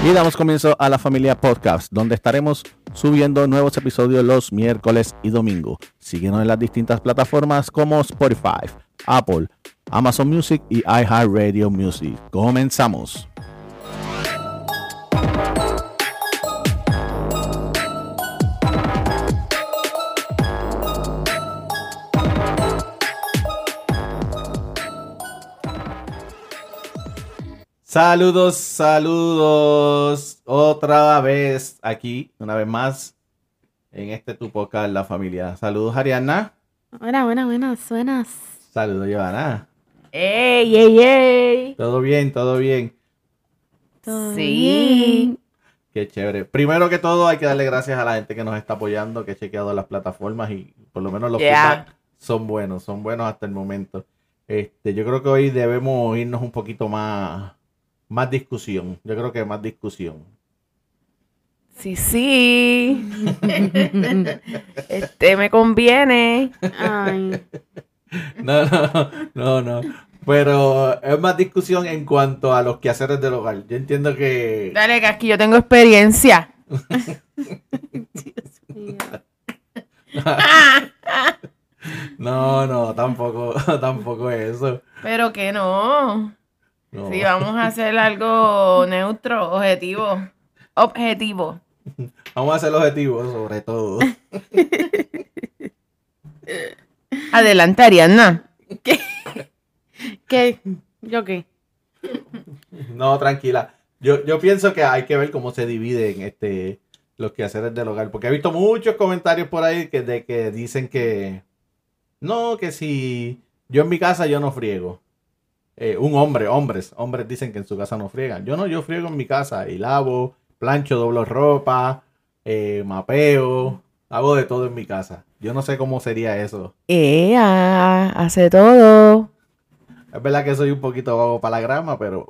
Y damos comienzo a La Familia Podcast, donde estaremos subiendo nuevos episodios los miércoles y domingo. Síguenos en las distintas plataformas como Spotify, Apple, Amazon Music y iHeartRadio Music. Comenzamos. Saludos, otra vez aquí, una vez más, en este tu podcast, La Familia. Saludos, Ariana. Hola, buenas. Saludos, Giovanna. ¡Ey! ¿Todo bien? ¿Todo Sí. bien? Qué chévere. Primero que todo, hay que darle gracias a la gente que nos está apoyando, que ha chequeado las plataformas y por lo menos los feedback son buenos hasta el momento. Yo creo que hoy debemos irnos un poquito más discusión. Yo creo que más discusión. Sí. Me conviene. Ay, No. Pero es más discusión en cuanto a los quehaceres del hogar. Yo entiendo que... Dale, que aquí yo tengo experiencia. Dios mío. No, tampoco es eso. Pero que no. No. Sí, vamos a hacer algo neutro, objetivo. Vamos a hacer objetivos sobre todo. Adelante, Ariana. ¿Qué? ¿Yo qué? No, tranquila. Yo pienso que hay que ver cómo se dividen los quehaceres del hogar. Porque he visto muchos comentarios por ahí que dicen que no, que si yo en mi casa yo no friego. Hombres dicen que en su casa no friegan. Yo friego en mi casa y lavo, plancho, doblo ropa, mapeo, hago de todo en mi casa. Yo no sé cómo sería eso. Hace todo. Es verdad que soy un poquito vago para la grama, pero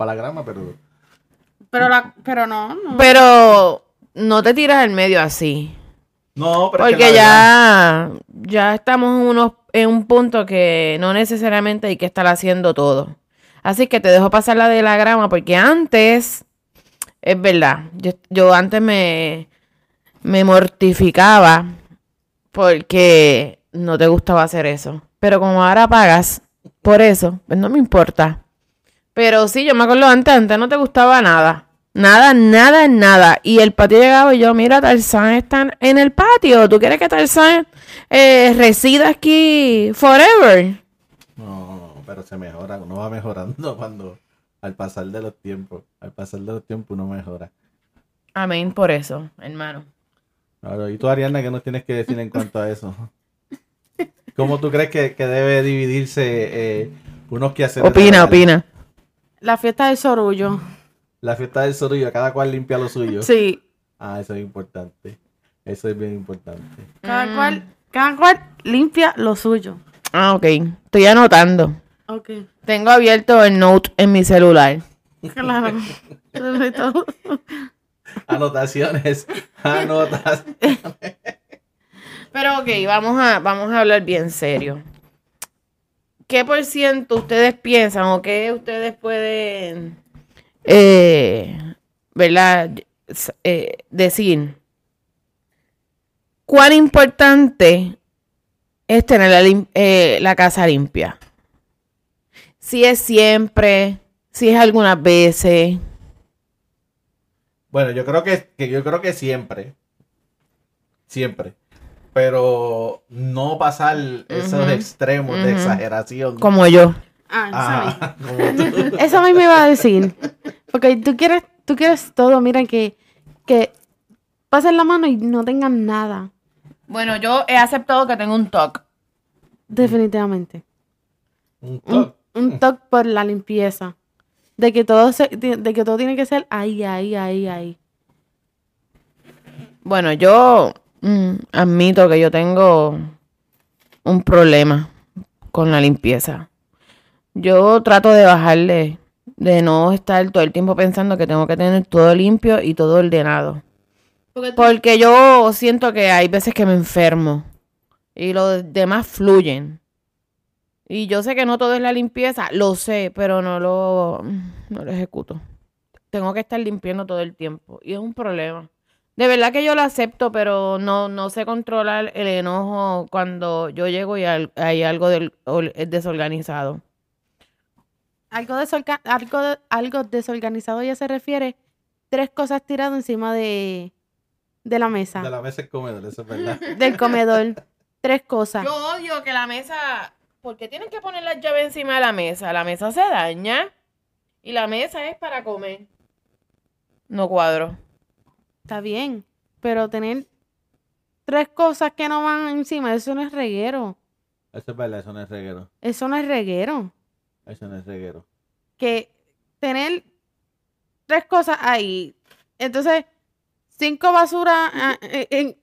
Pero no. Pero no te tiras al medio así. no, pero es que Porque la verdad- ya estamos en un punto que no necesariamente hay que estar haciendo todo. Así que te dejo pasar la de la grama, porque antes, es verdad, yo antes me mortificaba porque no te gustaba hacer eso. Pero como ahora pagas por eso, pues no me importa. Pero sí, yo me acuerdo antes no te gustaba nada. Nada. Y el patio llegaba y yo, mira, Tarzán está en el patio. ¿Tú quieres que Tarzán resida aquí forever? No, pero se mejora, uno va mejorando cuando al pasar de los tiempos uno mejora. Amén por eso, hermano. Claro, y tú, Ariana, ¿qué nos tienes que decir en cuanto a eso? ¿Cómo tú crees que debe dividirse unos quehaceres? Opina. La fiesta del sorullo. La fiesta del sorullo, cada cual limpia lo suyo. Sí. Ah, eso es importante. Eso es bien importante. Cada cual limpia lo suyo. Ah, ok. Estoy anotando. Ok. Tengo abierto el note en mi celular. Claro. Sobre todo. Anotaciones. Pero ok, vamos a hablar bien serio. ¿Qué por ciento ustedes piensan o qué ustedes pueden, ¿verdad? Decir? ¿Cuán importante es tener la casa limpia? Si es siempre, si es algunas veces. Bueno, yo creo que siempre. Pero no pasar esos extremos de exageración. Como yo. Ah, Como tú. eso a mí me iba a decir. Porque tú quieres todo. Mira que pasen la mano y no tengan nada. Bueno, yo he aceptado que tengo un TOC. Definitivamente. Un toque. Un toque por la limpieza. De que todo tiene que ser ahí. Bueno, yo admito que yo tengo un problema con la limpieza. Yo trato de bajarle, de no estar todo el tiempo pensando que tengo que tener todo limpio y todo ordenado. Porque yo siento que hay veces que me enfermo y los demás fluyen. Y yo sé que no todo es la limpieza, lo sé, pero no lo ejecuto. tengo que estar limpiando todo el tiempo. Y es un problema. De verdad que yo lo acepto, pero no sé controlar el enojo cuando yo llego y hay algo desorganizado. Algo desorganizado ya se refiere 3 cosas tiradas encima de la mesa. De la mesa del comedor, eso es verdad. Del comedor. 3 cosas. Yo odio que la mesa... ¿Por qué tienen que poner las llaves encima de la mesa? La mesa se daña y la mesa es para comer. No cuadro. Está bien, pero tener 3 cosas que no van encima, eso no es reguero. Eso es verdad, eso no es reguero. Eso no es reguero. Eso no es reguero. Que tener 3 cosas ahí. Entonces, 5 basuras en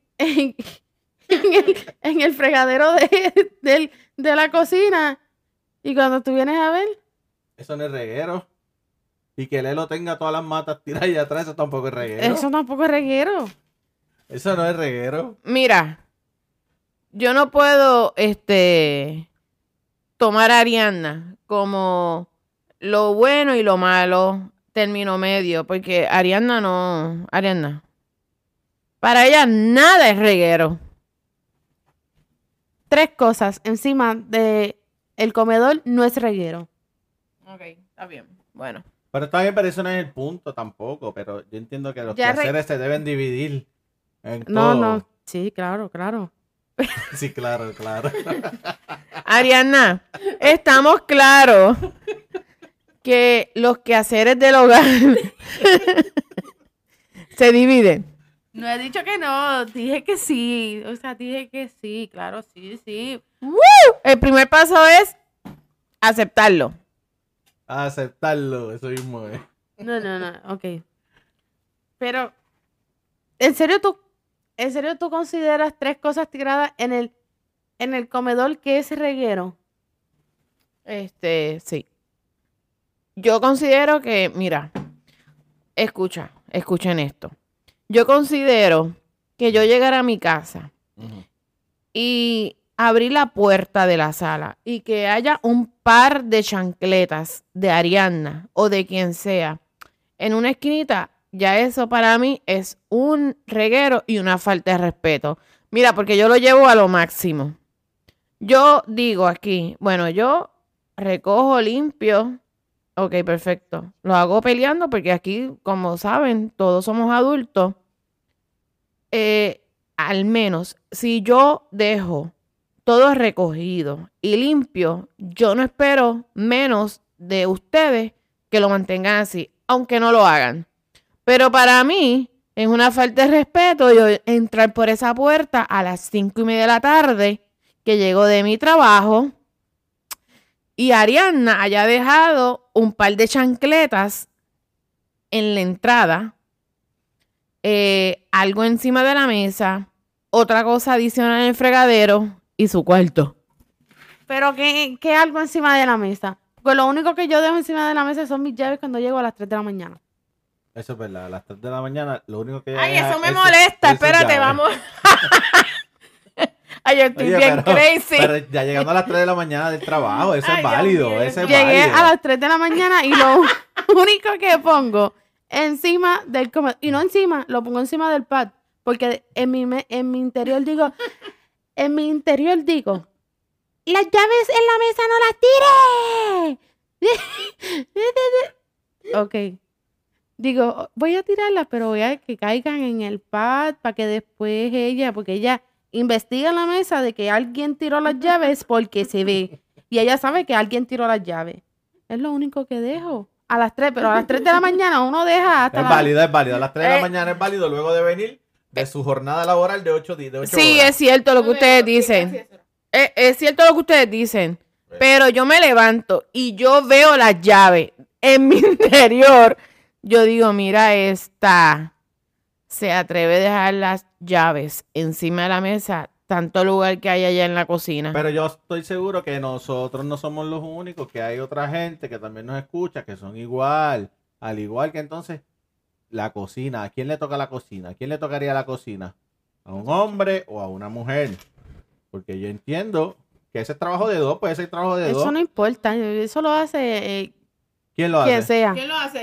el fregadero de la cocina. Y cuando tú vienes a ver, Eso no es reguero. Y que Lelo tenga todas las matas tiradas allá atrás, eso tampoco es reguero. eso tampoco es reguero. Eso no es reguero. Mira, yo no puedo tomar a Ariana como lo bueno y lo malo, término medio, porque Ariana, para ella nada es reguero. 3 cosas encima de el comedor no es reguero. Ok, está bien, bueno. Pero está bien, pero eso no es el punto tampoco. Pero yo entiendo que los Ya quehaceres se deben dividir en No, todo. no. Sí, claro. Sí, claro. Ariana, estamos claros que los quehaceres del hogar se dividen. No he dicho que no, dije que sí. O sea, dije que sí, claro, sí. ¡Woo! El primer paso es aceptarlo. Aceptarlo, eso mismo es. No, ok. Pero, ¿en serio tú consideras 3 cosas tiradas en el comedor que es reguero? Sí. Yo considero que, mira, escuchen esto. Yo considero que yo llegar a mi casa y abrir la puerta de la sala y que haya un par de chancletas de Ariana o de quien sea en una esquinita, ya eso para mí es un reguero y una falta de respeto. Mira, porque yo lo llevo a lo máximo. Yo digo aquí, bueno, yo recojo, limpio. Ok, perfecto. Lo hago peleando porque aquí, como saben, todos somos adultos. Al menos, si yo dejo todo recogido y limpio, yo no espero menos de ustedes que lo mantengan así, aunque no lo hagan. Pero para mí es una falta de respeto yo entrar por esa puerta a las 5:30 de la tarde que llego de mi trabajo y Ariana haya dejado un par de chancletas en la entrada, algo encima de la mesa, otra cosa adicional en el fregadero y su cuarto. Pero ¿qué algo encima de la mesa? Porque lo único que yo dejo encima de la mesa son mis llaves cuando llego a las 3 de la mañana. Eso es verdad. A las 3 de la mañana, lo único que... Ay, eso me molesta. Espérate, vamos. Ay, yo estoy bien crazy. Pero ya llegando a las 3 de la mañana del trabajo, eso Ay, es válido. Dios mío. Eso es Llegué válido. a las 3 de la mañana y lo único que pongo encima del comedor, y no encima, lo pongo encima del pad, porque en mi interior digo, las llaves en la mesa no las tires. Ok. Digo, voy a tirarlas, pero voy a que caigan en el pad para que después porque ella investiga en la mesa de que alguien tiró las llaves porque se ve. Y ella sabe que alguien tiró las llaves. Es lo único que dejo. A las 3, pero a las 3 de la mañana uno deja hasta Es válido. A las 3 de la mañana es válido luego de venir de su jornada laboral de 8 días. Sí, es cierto lo que ustedes dicen. Es cierto lo que ustedes dicen. Pero yo me levanto y yo veo las llaves en mi interior. Yo digo, mira, esta se atreve a dejar las llaves encima de la mesa, tanto lugar que hay allá en la cocina. Pero yo estoy seguro que nosotros no somos los únicos, que hay otra gente que también nos escucha, que son igual. Al igual que entonces, la cocina. ¿A quién le toca la cocina? ¿A quién le tocaría la cocina? ¿A un hombre o a una mujer? Porque yo entiendo que ese es trabajo de dos, puede ser trabajo de dos. Eso no importa, eso lo hace ¿Quién lo quien hace? sea. ¿Quién lo hace?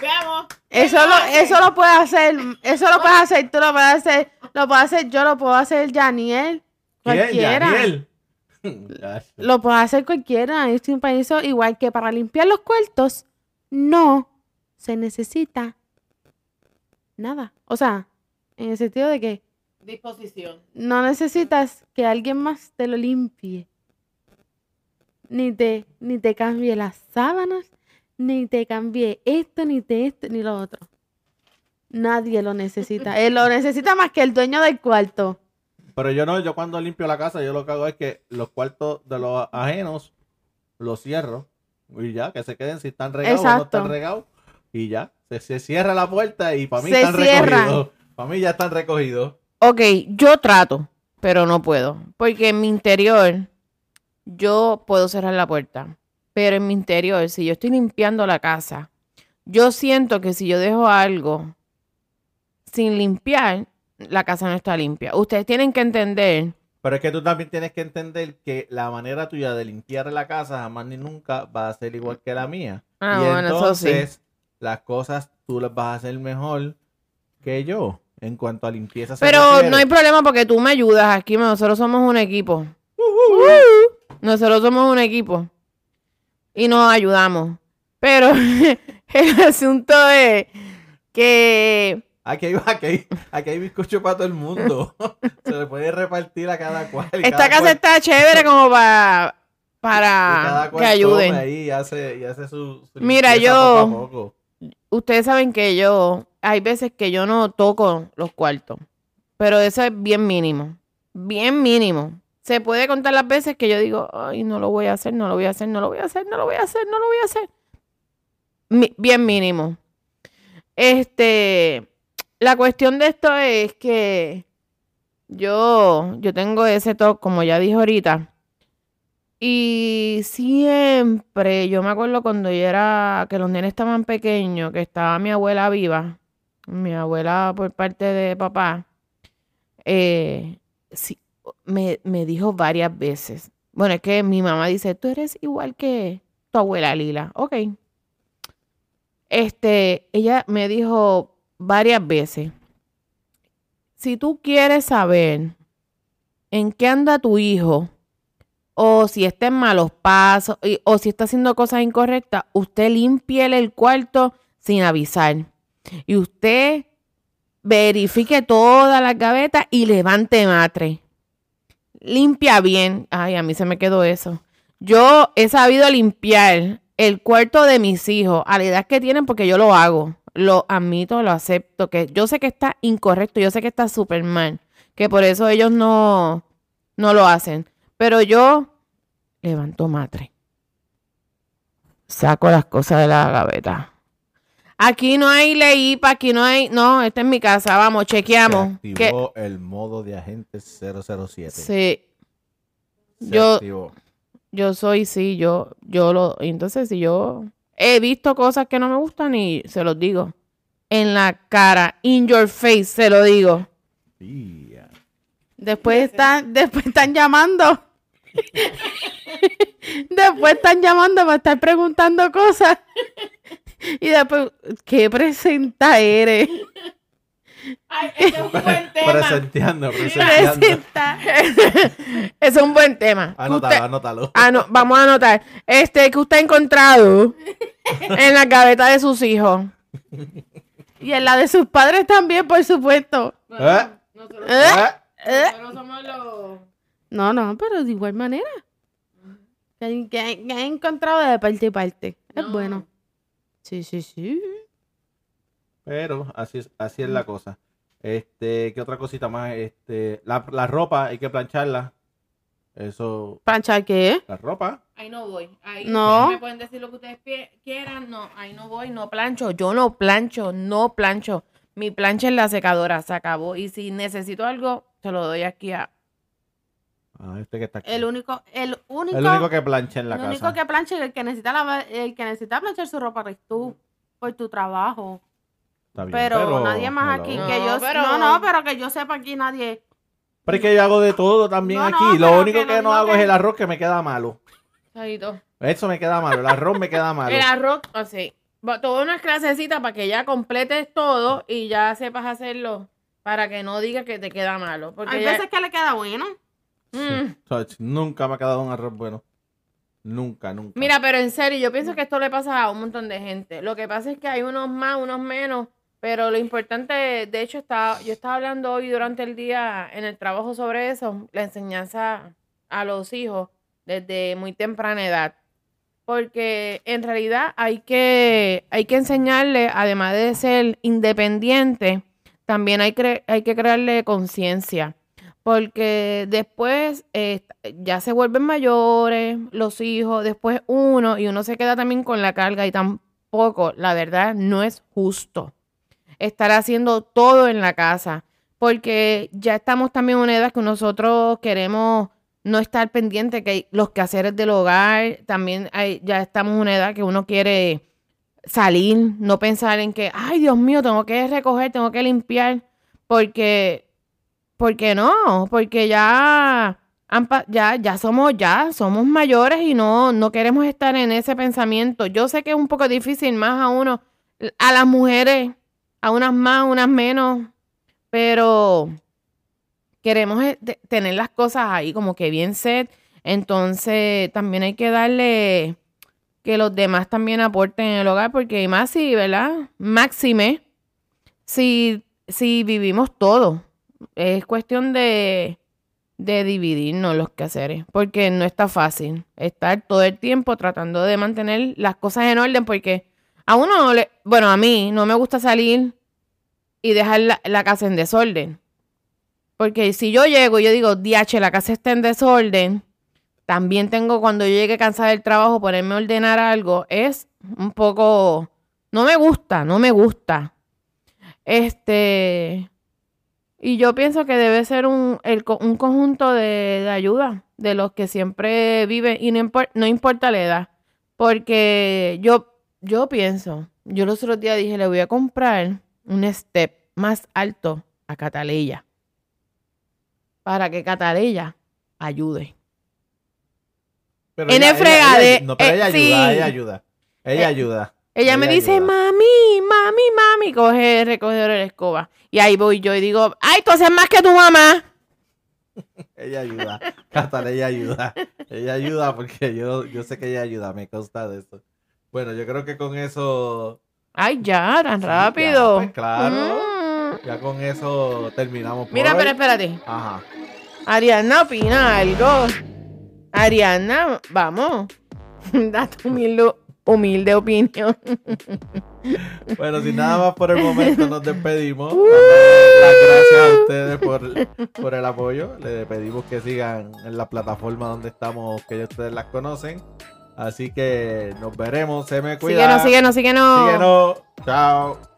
limpiamos. Eso lo puede hacer. Eso lo puedes hacer. Tú lo puedes hacer. Lo puedo hacer yo. Lo puedo hacer Yaniel. Cualquiera. Yaniel. Lo puede hacer cualquiera. Yo estoy un permiso igual que para limpiar los cuartos. No se necesita nada. O sea, en el sentido de que Disposición. no necesitas que alguien más te lo limpie. Ni te cambie las sábanas, ni te cambie esto, ni lo otro. Nadie lo necesita. Él lo necesita más que el dueño del cuarto. Pero yo cuando limpio la casa, yo lo que hago es que los cuartos de los ajenos los cierro. Y ya, que se queden si están regados o no Exacto. están regados. Y ya, se cierra la puerta y para mí Se están cierran. recogidos. Para mí ya están recogidos. Ok, yo trato, pero no puedo. Porque en mi interior, yo puedo cerrar la puerta. Pero en mi interior, si yo estoy limpiando la casa, yo siento que si yo dejo algo sin limpiar, la casa no está limpia. Ustedes tienen que entender. Pero es que tú también tienes que entender que la manera tuya de limpiar la casa jamás ni nunca va a ser igual que la mía. Ah, Y bueno, eso sí. entonces, las cosas tú las vas a hacer mejor que yo en cuanto a limpieza se Pero refiere. no hay problema porque tú me ayudas aquí. Nosotros somos un equipo. Nosotros somos un equipo. Y nos ayudamos. Pero el asunto es que Aquí hay bizcocho para todo el mundo. Se le puede repartir a cada cual. y esta cada casa cual- está chévere como y cada para cual que ayuden. come ahí y hace su Mira, limpieza yo- poco a poco. Ustedes saben que hay veces que yo no toco los cuartos, pero eso es bien mínimo, bien mínimo. Se puede contar las veces que yo digo, ay, no lo voy a hacer, no lo voy a hacer, no lo voy a hacer, no lo voy a hacer, no lo voy a hacer. Bien mínimo. La cuestión de esto es que yo tengo ese toque, como ya dije ahorita, y siempre, yo me acuerdo cuando que los nenes estaban pequeños, que estaba mi abuela viva, mi abuela por parte de papá, sí, me dijo varias veces. Bueno, es que mi mamá dice, tú eres igual que tu abuela Lila. Ok. Ella me dijo varias veces, si tú quieres saber en qué anda tu hijo, o si está en malos pasos, o si está haciendo cosas incorrectas, usted límpiele el cuarto sin avisar. Y usted verifique todas las gavetas y levante matre. Limpia bien. Ay, a mí se me quedó eso. Yo he sabido limpiar el cuarto de mis hijos a la edad que tienen porque yo lo hago. Lo admito, lo acepto. Que yo sé que está incorrecto, yo sé que está súper mal. Que por eso ellos no lo hacen. Pero yo levanto matre. Saco las cosas de la gaveta. Aquí no hay leipa, aquí no hay... No, esta es mi casa, vamos, chequeamos. Se Que, activó el modo de agente 007. sí, Se yo- activó. yo soy, sí, yo lo... Entonces, si yo he visto cosas que no me gustan y se los digo. En la cara, in your face, se lo digo. Yeah. Después están llamando. Después están llamando para estar preguntando cosas. Y después, ¿qué presenta eres? Ay, ese es un buen Presenteando. Presenta. Ese es un buen tema. Anótalo. Vamos a anotar. Que usted ha encontrado en la gaveta de sus hijos. Y en la de sus padres también, por supuesto. ¿Eh? ¿Eh? somos los... No, pero de igual manera. Que han encontrado de parte y parte. Es No. bueno. Sí. Pero así es la cosa. ¿Qué otra cosita más? La ropa hay que plancharla. Eso, ¿Planchar qué? la ropa. Ahí no voy. Ahí No. ustedes me pueden decir lo que ustedes quieran. No, ahí no voy, no plancho. Yo no plancho. Mi plancha en la secadora se acabó. Y si necesito algo, se lo doy aquí a... Que está aquí. El único El único que plancha en la el casa. único que plancha y el que necesita planchar su ropa eres tú por tu trabajo. Está bien, Pero nadie más hello. aquí No, que yo pero- pero que yo sepa aquí nadie. Pero es que yo hago de todo también No, no, aquí. Lo pero único que que no no digo hago que- es el arroz que me queda malo. Chaito. Eso me queda malo. El arroz me queda malo. El arroz, así. todas unas clasecitas para que ya completes todo y ya sepas hacerlo para que no digas que te queda malo. Porque Hay veces que le queda bueno. Nunca me ha quedado un arroz bueno. Nunca. Mira, pero en serio, yo pienso que esto le pasa a un montón de gente. Lo que pasa es que hay unos más, unos menos, pero lo importante, de hecho, yo estaba hablando hoy durante el día en el trabajo sobre eso, la enseñanza a los hijos desde muy temprana edad. Porque en realidad hay que enseñarle, además de ser independiente, también hay que crearle conciencia. Porque después ya se vuelven mayores los hijos, después uno se queda también con la carga y tampoco, la verdad, no es justo estar haciendo todo en la casa. Porque ya estamos también en una edad que nosotros queremos no estar pendiente que los quehaceres del hogar, también ya estamos en una edad que uno quiere salir, no pensar en que, ay, Dios mío, tengo que recoger, tengo que limpiar, porque no, porque ya somos mayores y no queremos estar en ese pensamiento. Yo sé que es un poco difícil más a las mujeres, a unas más, unas menos, pero queremos tener las cosas ahí como que bien set. Entonces también hay que darle que los demás también aporten en el hogar, porque más si, ¿verdad? Máxime, si vivimos todo. Es cuestión de dividirnos los quehaceres, porque no está fácil estar todo el tiempo tratando de mantener las cosas en orden, porque a a mí no me gusta salir y dejar la casa en desorden. Porque si yo llego y yo digo, diache, la casa está en desorden, también tengo cuando yo llegue cansada del trabajo ponerme a ordenar algo, es un poco, no me gusta. Y yo pienso que debe ser un conjunto de ayuda de los que siempre viven y no importa la edad. Porque yo pienso, yo los otros días dije, le voy a comprar un step más alto a Cataleya. Para que Cataleya ayude. Pero en el fregadero. No, pero ella ayuda, sí. Ella ayuda. Ella me dice, mami, coge el recogedor de la escoba. Y ahí voy yo y digo, ay, tú haces más que tu mamá. Ella ayuda. Cataleya ayuda. Ella ayuda porque yo sé que ella ayuda, me consta de eso. Bueno, yo creo que con eso... Ay, ya, tan rápido. Ya, pues claro. Ya con eso terminamos por Mira, hoy. pero espérate. Ajá. Ariana opina algo. Ariana, vamos. Da tu humilde opinión. Bueno, sin nada más por el momento nos despedimos. Las gracias a ustedes por el apoyo. Les pedimos que sigan en la plataforma donde estamos, que ya ustedes las conocen. Así que nos veremos. Se me cuidan. Síguenos. Síguenos. Chao.